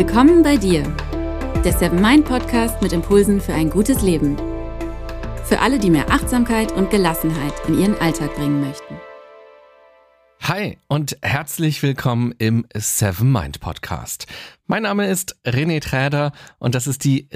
Willkommen bei dir, der Seven Mind Podcast mit Impulsen für ein gutes Leben. Für alle, die mehr Achtsamkeit und Gelassenheit in ihren Alltag bringen möchten. Hi und herzlich willkommen im Seven Mind Podcast. Mein Name ist René Träder und das ist die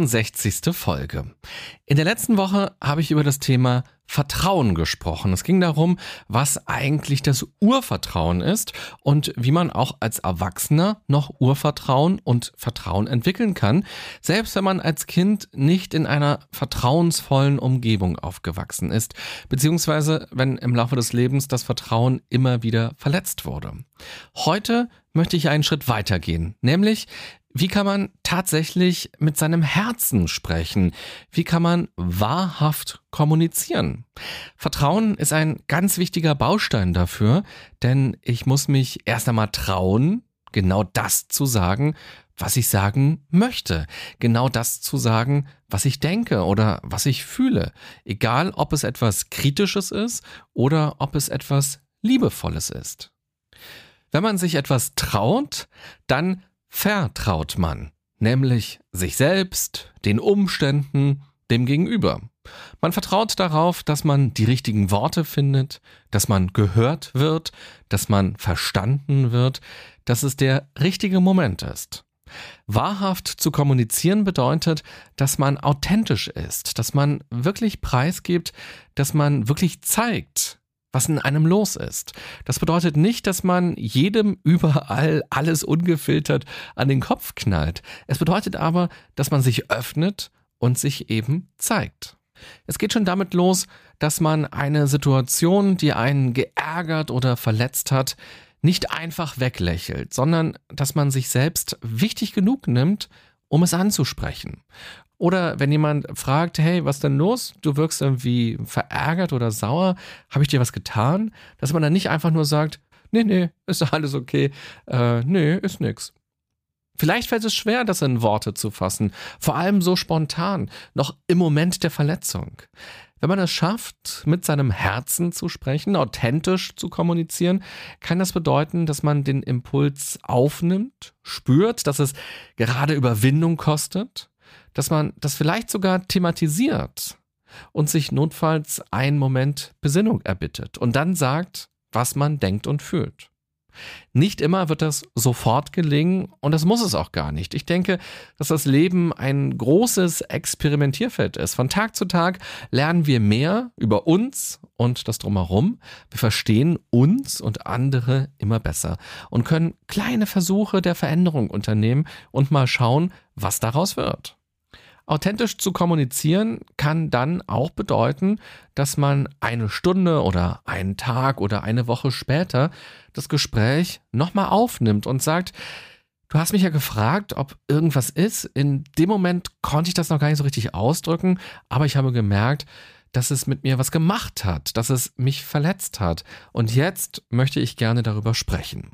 67. Folge. In der letzten Woche habe ich über das Thema Vertrauen gesprochen. Es ging darum, was eigentlich das Urvertrauen ist und wie man auch als Erwachsener noch Urvertrauen und Vertrauen entwickeln kann, selbst wenn man als Kind nicht in einer vertrauensvollen Umgebung aufgewachsen ist, beziehungsweise wenn im Laufe des Lebens das Vertrauen immer wieder verletzt wurde. Heute möchte ich einen Schritt weitergehen, nämlich wie kann man tatsächlich mit seinem Herzen sprechen? Wie kann man wahrhaft kommunizieren? Vertrauen ist ein ganz wichtiger Baustein dafür, denn ich muss mich erst einmal trauen, genau das zu sagen, was ich sagen möchte. Genau das zu sagen, was ich denke oder was ich fühle. Egal, ob es etwas Kritisches ist oder ob es etwas Liebevolles ist. Wenn man sich etwas traut, dann vertraut man, nämlich sich selbst, den Umständen, dem Gegenüber. Man vertraut darauf, dass man die richtigen Worte findet, dass man gehört wird, dass man verstanden wird, dass es der richtige Moment ist. Wahrhaft zu kommunizieren bedeutet, dass man authentisch ist, dass man wirklich preisgibt, dass man wirklich zeigt, was in einem los ist. Das bedeutet nicht, dass man jedem überall alles ungefiltert an den Kopf knallt. Es bedeutet aber, dass man sich öffnet und sich eben zeigt. Es geht schon damit los, dass man eine Situation, die einen geärgert oder verletzt hat, nicht einfach weglächelt, sondern dass man sich selbst wichtig genug nimmt, um es anzusprechen. Oder wenn jemand fragt, hey, was denn los? Du wirkst irgendwie verärgert oder sauer. Habe ich dir was getan? Dass man dann nicht einfach nur sagt, nee, ist doch alles okay. Nee, ist nix. Vielleicht fällt es schwer, das in Worte zu fassen. Vor allem so spontan, noch im Moment der Verletzung. Wenn man es schafft, mit seinem Herzen zu sprechen, authentisch zu kommunizieren, kann das bedeuten, dass man den Impuls aufnimmt, spürt, dass es gerade Überwindung kostet, dass man das vielleicht sogar thematisiert und sich notfalls einen Moment Besinnung erbittet und dann sagt, was man denkt und fühlt. Nicht immer wird das sofort gelingen und das muss es auch gar nicht. Ich denke, dass das Leben ein großes Experimentierfeld ist. Von Tag zu Tag lernen wir mehr über uns und das Drumherum. Wir verstehen uns und andere immer besser und können kleine Versuche der Veränderung unternehmen und mal schauen, was daraus wird. Authentisch zu kommunizieren kann dann auch bedeuten, dass man eine Stunde oder einen Tag oder eine Woche später das Gespräch nochmal aufnimmt und sagt, du hast mich ja gefragt, ob irgendwas ist. In dem Moment konnte ich das noch gar nicht so richtig ausdrücken, aber ich habe gemerkt, dass es mit mir was gemacht hat, dass es mich verletzt hat. Und jetzt möchte ich gerne darüber sprechen.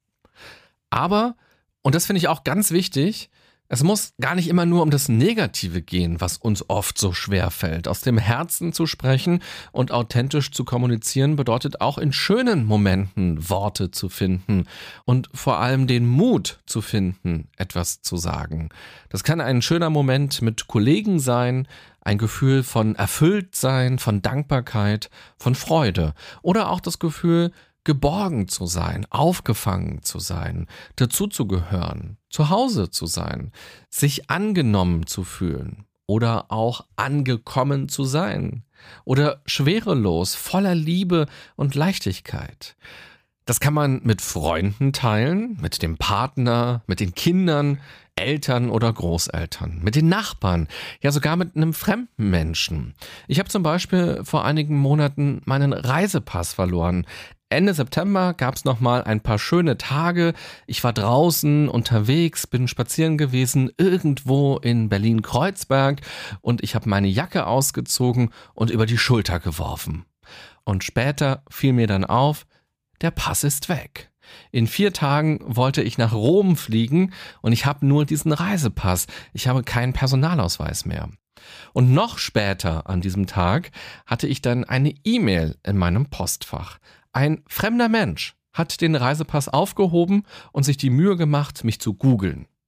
Aber, und das finde ich auch ganz wichtig, es muss gar nicht immer nur um das Negative gehen, was uns oft so schwer fällt. Aus dem Herzen zu sprechen und authentisch zu kommunizieren bedeutet auch in schönen Momenten Worte zu finden und vor allem den Mut zu finden, etwas zu sagen. Das kann ein schöner Moment mit Kollegen sein, ein Gefühl von Erfülltsein, von Dankbarkeit, von Freude oder auch das Gefühl, geborgen zu sein, aufgefangen zu sein, dazuzugehören, zu Hause zu sein, sich angenommen zu fühlen oder auch angekommen zu sein oder schwerelos, voller Liebe und Leichtigkeit. Das kann man mit Freunden teilen, mit dem Partner, mit den Kindern, Eltern oder Großeltern, mit den Nachbarn, ja sogar mit einem fremden Menschen. Ich habe zum Beispiel vor einigen Monaten meinen Reisepass verloren. Ende September gab es nochmal ein paar schöne Tage. Ich war draußen unterwegs, bin spazieren gewesen, irgendwo in Berlin-Kreuzberg und ich habe meine Jacke ausgezogen und über die Schulter geworfen. Und später fiel mir dann auf, der Pass ist weg. In 4 Tagen wollte ich nach Rom fliegen und ich habe nur diesen Reisepass. Ich habe keinen Personalausweis mehr. Und noch später an diesem Tag hatte ich dann eine E-Mail in meinem Postfach. Ein fremder Mensch hat den Reisepass aufgehoben und sich die Mühe gemacht, mich zu googeln.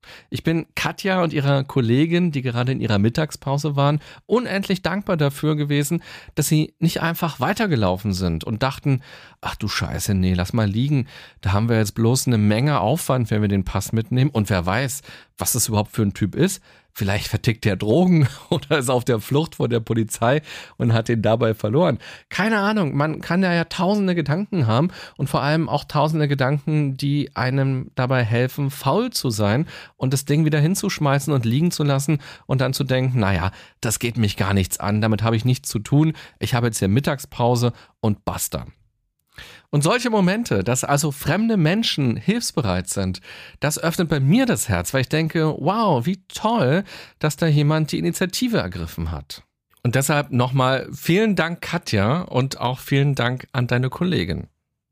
Ich bin Katja und ihrer Kollegin, die gerade in ihrer Mittagspause waren, unendlich dankbar dafür gewesen, dass sie nicht einfach weitergelaufen sind und dachten, ach du Scheiße, nee, lass mal liegen. Da haben wir jetzt bloß eine Menge Aufwand, wenn wir den Pass mitnehmen. Und wer weiß, was das überhaupt für ein Typ ist. Vielleicht vertickt er Drogen oder ist auf der Flucht vor der Polizei und hat ihn dabei verloren. Keine Ahnung, man kann ja tausende Gedanken haben und vor allem auch tausende Gedanken, die einem dabei helfen, faul zu sein und das Ding wieder hinzuschmeißen und liegen zu lassen und dann zu denken, naja, das geht mich gar nichts an, damit habe ich nichts zu tun, ich habe jetzt hier Mittagspause und basta. Und solche Momente, dass also fremde Menschen hilfsbereit sind, das öffnet bei mir das Herz, weil ich denke, wow, wie toll, dass da jemand die Initiative ergriffen hat. Und deshalb nochmal vielen Dank, Katja, und auch vielen Dank an deine Kollegin.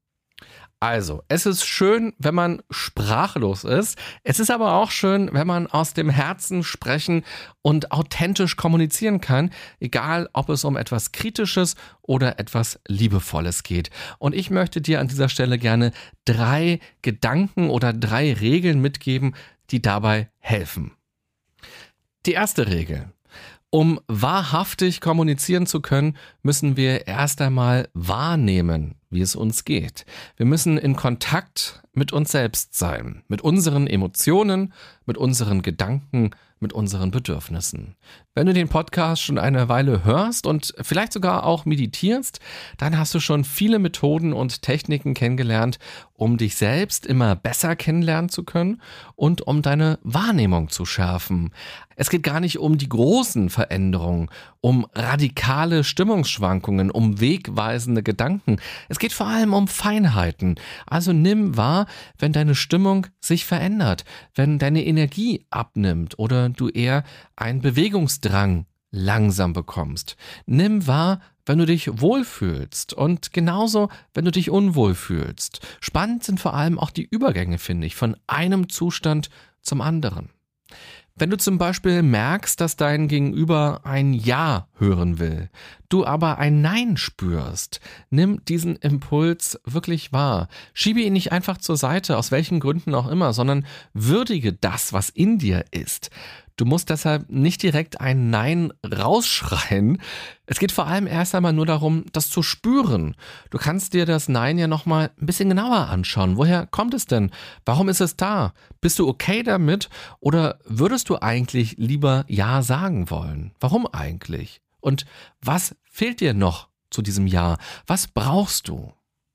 Also, es ist schön, wenn man sprachlos ist. Es ist aber auch schön, wenn man aus dem Herzen sprechen und authentisch kommunizieren kann, egal ob es um etwas Kritisches oder etwas Liebevolles geht. Und ich möchte dir an dieser Stelle gerne 3 Gedanken oder 3 Regeln mitgeben, die dabei helfen. Die erste Regel. Um wahrhaftig kommunizieren zu können, müssen wir erst einmal wahrnehmen, wie es uns geht. Wir müssen in Kontakt mit uns selbst sein, mit unseren Emotionen, mit unseren Gedanken, mit unseren Bedürfnissen. Wenn du den Podcast schon eine Weile hörst und vielleicht sogar auch meditierst, dann hast du schon viele Methoden und Techniken kennengelernt, um dich selbst immer besser kennenlernen zu können und um deine Wahrnehmung zu schärfen. Es geht gar nicht um die großen Veränderungen, um radikale Stimmungsschwankungen, um wegweisende Gedanken. Es geht vor allem um Feinheiten. Also nimm wahr, wenn deine Stimmung sich verändert, wenn deine Energie abnimmt oder du eher einen Bewegungsdrang langsam bekommst. Nimm wahr, wenn du dich wohlfühlst und genauso, wenn du dich unwohl fühlst. Spannend sind vor allem auch die Übergänge, finde ich, von einem Zustand zum anderen. Wenn du zum Beispiel merkst, dass dein Gegenüber ein Ja hören will, du aber ein Nein spürst, nimm diesen Impuls wirklich wahr. Schiebe ihn nicht einfach zur Seite, aus welchen Gründen auch immer, sondern würdige das, was in dir ist. Du musst deshalb nicht direkt ein Nein rausschreien. Es geht vor allem erst einmal nur darum, das zu spüren. Du kannst dir das Nein ja nochmal ein bisschen genauer anschauen. Woher kommt es denn? Warum ist es da? Bist du okay damit? Oder würdest du eigentlich lieber Ja sagen wollen? Warum eigentlich? Und was fehlt dir noch zu diesem Ja? Was brauchst du?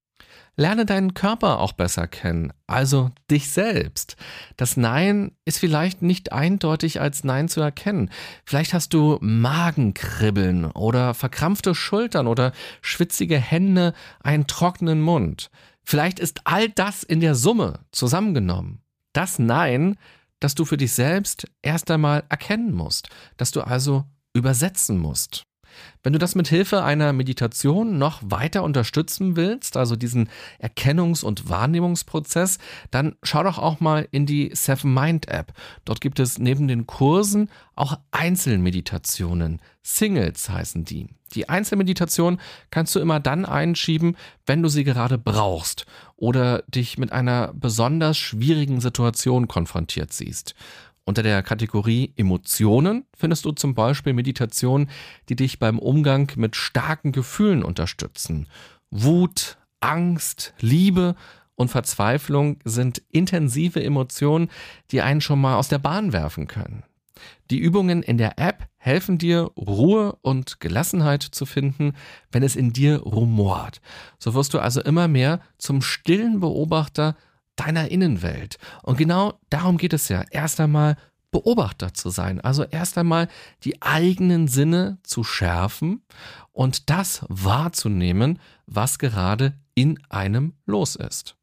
Lerne deinen Körper auch besser kennen, also dich selbst. Das Nein ist vielleicht nicht eindeutig als Nein zu erkennen. Vielleicht hast du Magenkribbeln oder verkrampfte Schultern oder schwitzige Hände, einen trockenen Mund. Vielleicht ist all das in der Summe zusammengenommen das Nein, das du für dich selbst erst einmal erkennen musst, das du also übersetzen musst. Wenn du das mit Hilfe einer Meditation noch weiter unterstützen willst, also diesen Erkennungs- und Wahrnehmungsprozess, dann schau doch auch mal in die Seven Mind App. Dort gibt es neben den Kursen auch Einzelmeditationen. Singles heißen die. Die Einzelmeditation kannst du immer dann einschieben, wenn du sie gerade brauchst oder dich mit einer besonders schwierigen Situation konfrontiert siehst. Unter der Kategorie Emotionen findest du zum Beispiel Meditationen, die dich beim Umgang mit starken Gefühlen unterstützen. Wut, Angst, Liebe und Verzweiflung sind intensive Emotionen, die einen schon mal aus der Bahn werfen können. Die Übungen in der App helfen dir, Ruhe und Gelassenheit zu finden, wenn es in dir rumort. So wirst du also immer mehr zum stillen Beobachter deiner Innenwelt. Und genau darum geht es ja. Erst einmal Beobachter zu sein. Also erst einmal die eigenen Sinne zu schärfen und das wahrzunehmen, was gerade in einem los ist.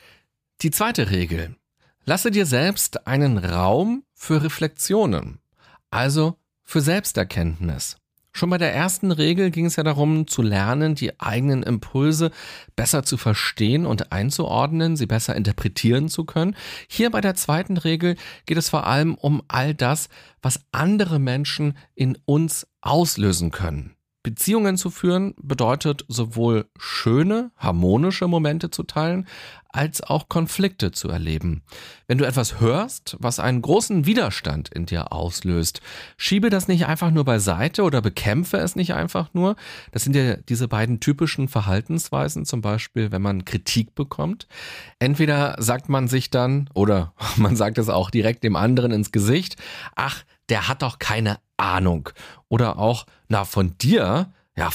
Die zweite Regel. Lasse dir selbst einen Raum für Reflexionen, also für Selbsterkenntnis. Schon bei der ersten Regel ging es ja darum, zu lernen, die eigenen Impulse besser zu verstehen und einzuordnen, sie besser interpretieren zu können. Hier bei der zweiten Regel geht es vor allem um all das, was andere Menschen in uns auslösen können. Beziehungen zu führen bedeutet sowohl schöne, harmonische Momente zu teilen, als auch Konflikte zu erleben. Wenn du etwas hörst, was einen großen Widerstand in dir auslöst, schiebe das nicht einfach nur beiseite oder bekämpfe es nicht einfach nur. Das sind ja diese beiden typischen Verhaltensweisen, zum Beispiel, wenn man Kritik bekommt. Entweder sagt man sich dann, oder man sagt es auch direkt dem anderen ins Gesicht, ach, der hat doch keine Ahnung. Oder auch, von dir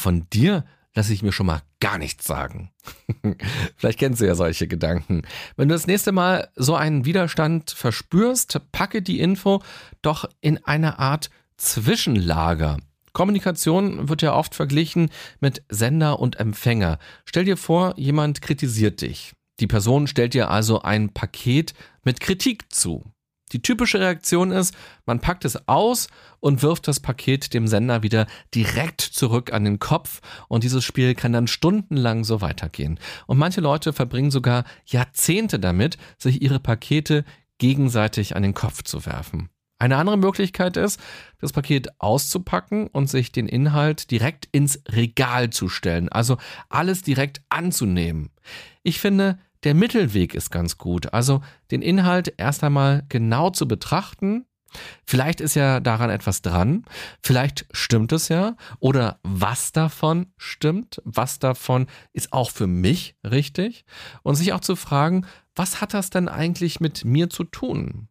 lasse ich mir schon mal gar nichts sagen. Vielleicht kennst du ja solche Gedanken. Wenn du das nächste Mal so einen Widerstand verspürst, packe die Info doch in eine Art Zwischenlager. Kommunikation wird ja oft verglichen mit Sender und Empfänger. Stell dir vor, jemand kritisiert dich. Die Person stellt dir also ein Paket mit Kritik zu. Die typische Reaktion ist, man packt es aus und wirft das Paket dem Sender wieder direkt zurück an den Kopf und dieses Spiel kann dann stundenlang so weitergehen. Und manche Leute verbringen sogar Jahrzehnte damit, sich ihre Pakete gegenseitig an den Kopf zu werfen. Eine andere Möglichkeit ist, das Paket auszupacken und sich den Inhalt direkt ins Regal zu stellen, also alles direkt anzunehmen. Ich finde, der Mittelweg ist ganz gut, also den Inhalt erst einmal genau zu betrachten. Vielleicht ist ja daran etwas dran, vielleicht stimmt es ja oder was davon stimmt, was davon ist auch für mich richtig und sich auch zu fragen, was hat das denn eigentlich mit mir zu tun?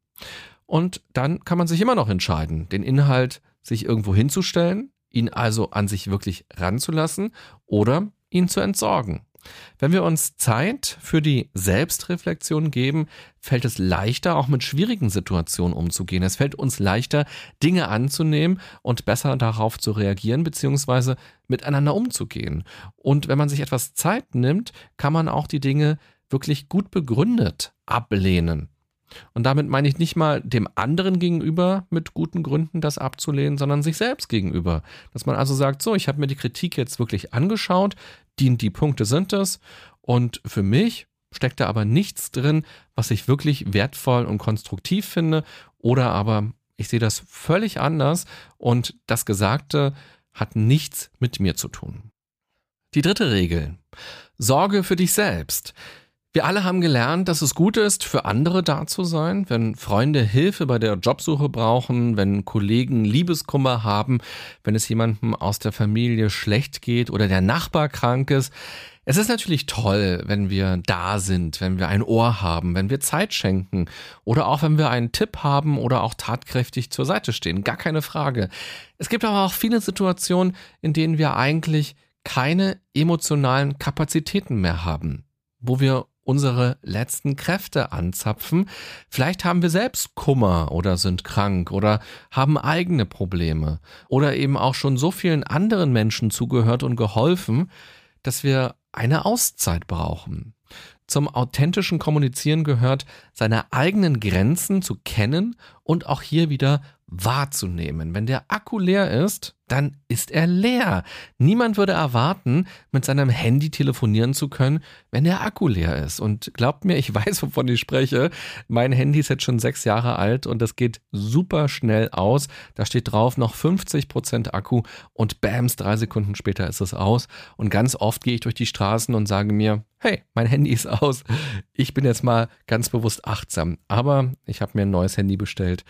Und dann kann man sich immer noch entscheiden, den Inhalt sich irgendwo hinzustellen, ihn also an sich wirklich ranzulassen oder ihn zu entsorgen. Wenn wir uns Zeit für die Selbstreflexion geben, fällt es leichter, auch mit schwierigen Situationen umzugehen. Es fällt uns leichter, Dinge anzunehmen und besser darauf zu reagieren bzw. miteinander umzugehen. Und wenn man sich etwas Zeit nimmt, kann man auch die Dinge wirklich gut begründet ablehnen. Und damit meine ich nicht mal dem anderen gegenüber mit guten Gründen das abzulehnen, sondern sich selbst gegenüber. Dass man also sagt, so, ich habe mir die Kritik jetzt wirklich angeschaut, die Punkte sind es und für mich steckt da aber nichts drin, was ich wirklich wertvoll und konstruktiv finde oder aber ich sehe das völlig anders und das Gesagte hat nichts mit mir zu tun. Die dritte Regel: Sorge für dich selbst. Wir alle haben gelernt, dass es gut ist, für andere da zu sein, wenn Freunde Hilfe bei der Jobsuche brauchen, wenn Kollegen Liebeskummer haben, wenn es jemandem aus der Familie schlecht geht oder der Nachbar krank ist. Es ist natürlich toll, wenn wir da sind, wenn wir ein Ohr haben, wenn wir Zeit schenken oder auch wenn wir einen Tipp haben oder auch tatkräftig zur Seite stehen. Gar keine Frage. Es gibt aber auch viele Situationen, in denen wir eigentlich keine emotionalen Kapazitäten mehr haben, wo wir unsere letzten Kräfte anzapfen. Vielleicht haben wir selbst Kummer oder sind krank oder haben eigene Probleme oder eben auch schon so vielen anderen Menschen zugehört und geholfen, dass wir eine Auszeit brauchen. Zum authentischen Kommunizieren gehört, seine eigenen Grenzen zu kennen und auch hier wieder wahrzunehmen. Wenn der Akku leer ist, dann ist er leer. Niemand würde erwarten, mit seinem Handy telefonieren zu können, wenn der Akku leer ist. Und glaubt mir, ich weiß, wovon ich spreche. Mein Handy ist jetzt schon 6 Jahre alt und das geht super schnell aus. Da steht drauf noch 50% Akku und bams, 3 Sekunden später ist es aus. Und ganz oft gehe ich durch die Straßen und sage mir, hey, mein Handy ist aus. Ich bin jetzt mal ganz bewusst achtsam. Aber ich habe mir ein neues Handy bestellt.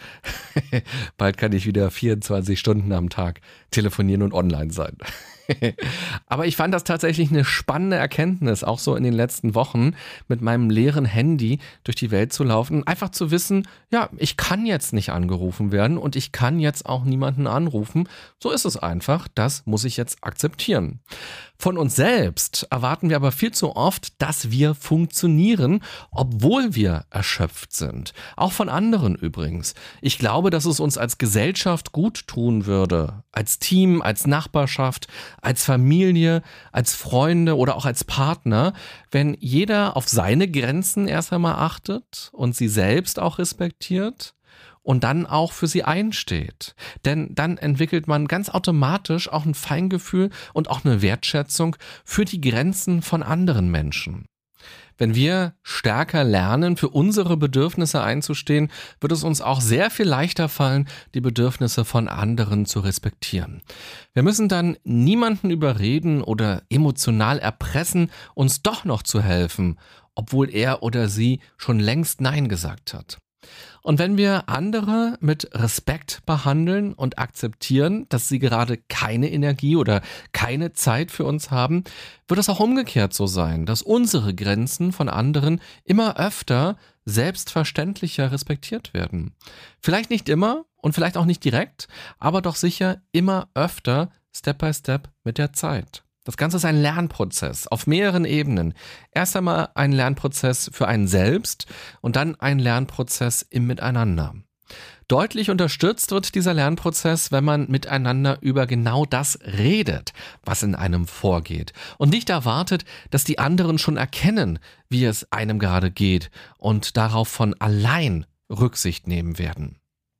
Bald kann ich wieder 24 Stunden am Tag telefonieren und online sein. Aber ich fand das tatsächlich eine spannende Erkenntnis, auch so in den letzten Wochen mit meinem leeren Handy durch die Welt zu laufen. Einfach zu wissen, ja, ich kann jetzt nicht angerufen werden und ich kann jetzt auch niemanden anrufen. So ist es einfach. Das muss ich jetzt akzeptieren. Von uns selbst erwarten wir aber viel zu oft, dass wir funktionieren, obwohl wir erschöpft sind. Auch von anderen übrigens. Ich glaube, dass es uns als Gesellschaft gut tun würde, als Team, als Nachbarschaft, als Familie, als Freunde oder auch als Partner, wenn jeder auf seine Grenzen erst einmal achtet und sie selbst auch respektiert und dann auch für sie einsteht. Denn dann entwickelt man ganz automatisch auch ein Feingefühl und auch eine Wertschätzung für die Grenzen von anderen Menschen. Wenn wir stärker lernen, für unsere Bedürfnisse einzustehen, wird es uns auch sehr viel leichter fallen, die Bedürfnisse von anderen zu respektieren. Wir müssen dann niemanden überreden oder emotional erpressen, uns doch noch zu helfen, obwohl er oder sie schon längst Nein gesagt hat. Und wenn wir andere mit Respekt behandeln und akzeptieren, dass sie gerade keine Energie oder keine Zeit für uns haben, wird es auch umgekehrt so sein, dass unsere Grenzen von anderen immer öfter selbstverständlicher respektiert werden. Vielleicht nicht immer und vielleicht auch nicht direkt, aber doch sicher immer öfter, Step by Step mit der Zeit. Das Ganze ist ein Lernprozess auf mehreren Ebenen. Erst einmal ein Lernprozess für einen selbst und dann ein Lernprozess im Miteinander. Deutlich unterstützt wird dieser Lernprozess, wenn man miteinander über genau das redet, was in einem vorgeht und nicht erwartet, dass die anderen schon erkennen, wie es einem gerade geht und darauf von allein Rücksicht nehmen werden.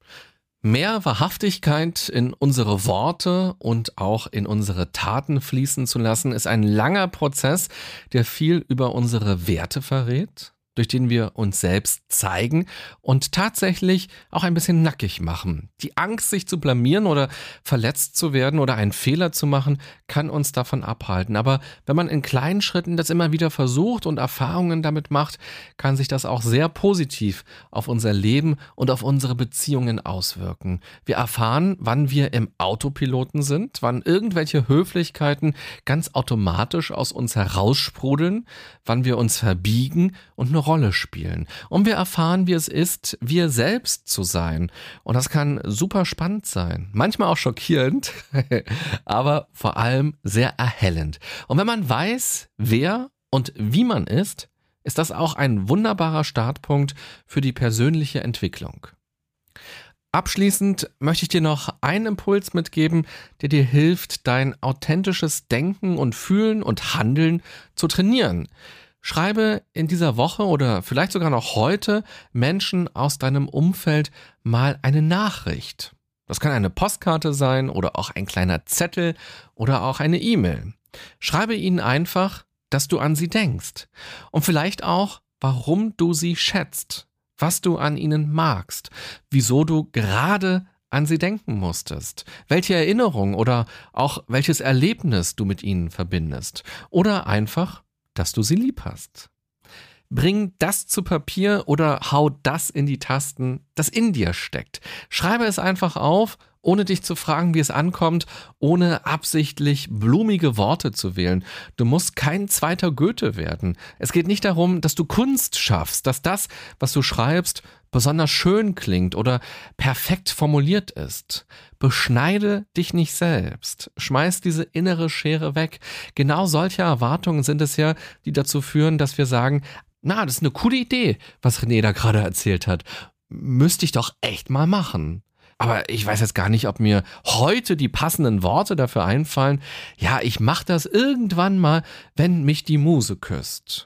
Mehr Wahrhaftigkeit in unsere Worte und auch in unsere Taten fließen zu lassen, ist ein langer Prozess, der viel über unsere Werte verrät, durch den wir uns selbst zeigen und tatsächlich auch ein bisschen nackig machen. Die Angst, sich zu blamieren oder verletzt zu werden oder einen Fehler zu machen, kann uns davon abhalten. Aber wenn man in kleinen Schritten das immer wieder versucht und Erfahrungen damit macht, kann sich das auch sehr positiv auf unser Leben und auf unsere Beziehungen auswirken. Wir erfahren, wann wir im Autopiloten sind, wann irgendwelche Höflichkeiten ganz automatisch aus uns heraussprudeln, wann wir uns verbiegen und eine Rolle spielen. Und wir erfahren, wie es ist, wir selbst zu sein. Und das kann super spannend sein. Manchmal auch schockierend, aber vor allem sehr erhellend. Und wenn man weiß, wer und wie man ist das auch ein wunderbarer Startpunkt für die persönliche Entwicklung. Abschließend möchte ich dir noch einen Impuls mitgeben, der dir hilft, dein authentisches Denken und Fühlen und Handeln zu trainieren. Schreibe in dieser Woche oder vielleicht sogar noch heute Menschen aus deinem Umfeld mal eine Nachricht. Das kann eine Postkarte sein oder auch ein kleiner Zettel oder auch eine E-Mail. Schreibe ihnen einfach, dass du an sie denkst und vielleicht auch, warum du sie schätzt, was du an ihnen magst, wieso du gerade an sie denken musstest, welche Erinnerung oder auch welches Erlebnis du mit ihnen verbindest oder einfach, dass du sie lieb hast. Bring das zu Papier oder hau das in die Tasten, das in dir steckt. Schreibe es einfach auf, ohne dich zu fragen, wie es ankommt, ohne absichtlich blumige Worte zu wählen. Du musst kein zweiter Goethe werden. Es geht nicht darum, dass du Kunst schaffst, dass das, was du schreibst, besonders schön klingt oder perfekt formuliert ist. Beschneide dich nicht selbst. Schmeiß diese innere Schere weg. Genau solche Erwartungen sind es ja, die dazu führen, dass wir sagen, na, das ist eine coole Idee, was René da gerade erzählt hat. Müsste ich doch echt mal machen. Aber ich weiß jetzt gar nicht, ob mir heute die passenden Worte dafür einfallen. Ja, ich mache das irgendwann mal, wenn mich die Muse küsst.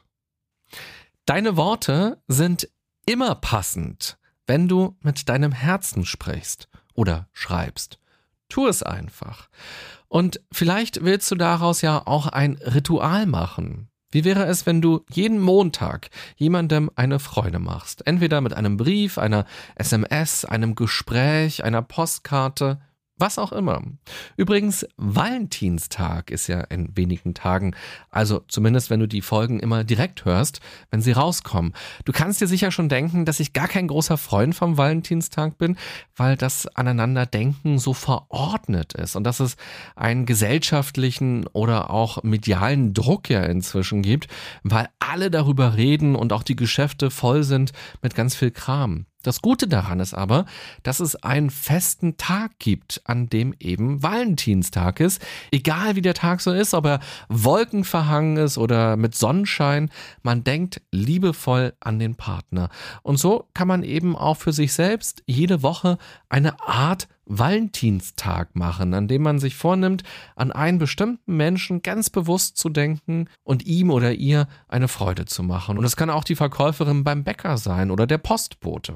Deine Worte sind immer passend, wenn du mit deinem Herzen sprichst oder schreibst. Tu es einfach. Und vielleicht willst du daraus ja auch ein Ritual machen. Wie wäre es, wenn du jeden Montag jemandem eine Freude machst? Entweder mit einem Brief, einer SMS, einem Gespräch, einer Postkarte, was auch immer. Übrigens, Valentinstag ist ja in wenigen Tagen, also zumindest wenn du die Folgen immer direkt hörst, wenn sie rauskommen. Du kannst dir sicher schon denken, dass ich gar kein großer Freund vom Valentinstag bin, weil das Aneinanderdenken so verordnet ist und dass es einen gesellschaftlichen oder auch medialen Druck ja inzwischen gibt, weil alle darüber reden und auch die Geschäfte voll sind mit ganz viel Kram. Das Gute daran ist aber, dass es einen festen Tag gibt, an dem eben Valentinstag ist. Egal wie der Tag so ist, ob er wolkenverhangen ist oder mit Sonnenschein, man denkt liebevoll an den Partner. Und so kann man eben auch für sich selbst jede Woche eine Art Valentinstag machen, an dem man sich vornimmt, an einen bestimmten Menschen ganz bewusst zu denken und ihm oder ihr eine Freude zu machen. Und es kann auch die Verkäuferin beim Bäcker sein oder der Postbote.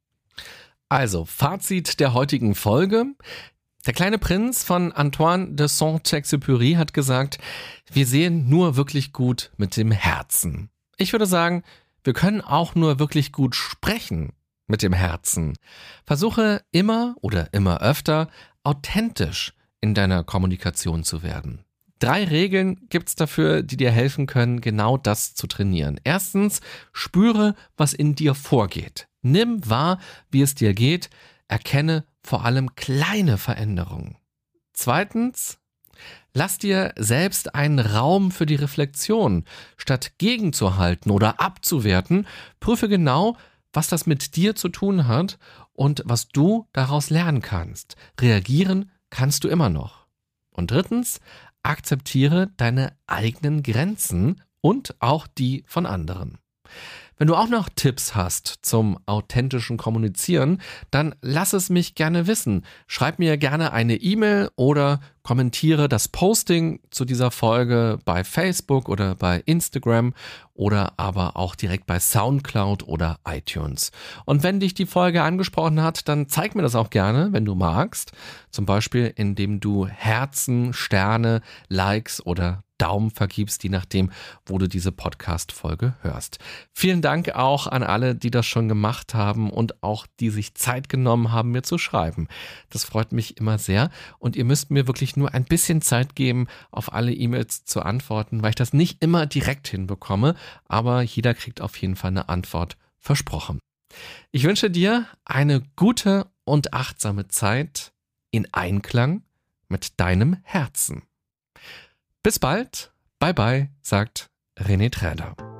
Also, Fazit der heutigen Folge. Der kleine Prinz von Antoine de Saint-Exupéry hat gesagt, wir sehen nur wirklich gut mit dem Herzen. Ich würde sagen, wir können auch nur wirklich gut sprechen mit dem Herzen. Versuche immer oder immer öfter authentisch in deiner Kommunikation zu werden. 3 Regeln gibt's dafür, die dir helfen können, genau das zu trainieren. Erstens, spüre, was in dir vorgeht. Nimm wahr, wie es dir geht. Erkenne vor allem kleine Veränderungen. Zweitens, lass dir selbst einen Raum für die Reflexion. Statt gegenzuhalten oder abzuwerten, prüfe genau, was das mit dir zu tun hat und was du daraus lernen kannst. Reagieren kannst du immer noch. Und drittens, akzeptiere deine eigenen Grenzen und auch die von anderen. Wenn du auch noch Tipps hast zum authentischen Kommunizieren, dann lass es mich gerne wissen. Schreib mir gerne eine E-Mail oder kommentiere das Posting zu dieser Folge bei Facebook oder bei Instagram oder aber auch direkt bei SoundCloud oder iTunes. Und wenn dich die Folge angesprochen hat, dann zeig mir das auch gerne, wenn du magst. Zum Beispiel, indem du Herzen, Sterne, Likes oder Daumen vergibst, je nachdem, wo du diese Podcast-Folge hörst. Vielen Dank auch an alle, die das schon gemacht haben und auch die sich Zeit genommen haben, mir zu schreiben. Das freut mich immer sehr und ihr müsst mir wirklich nur ein bisschen Zeit geben, auf alle E-Mails zu antworten, weil ich das nicht immer direkt hinbekomme, aber jeder kriegt auf jeden Fall eine Antwort versprochen. Ich wünsche dir eine gute und achtsame Zeit in Einklang mit deinem Herzen. Bis bald, bye bye, sagt René Träder.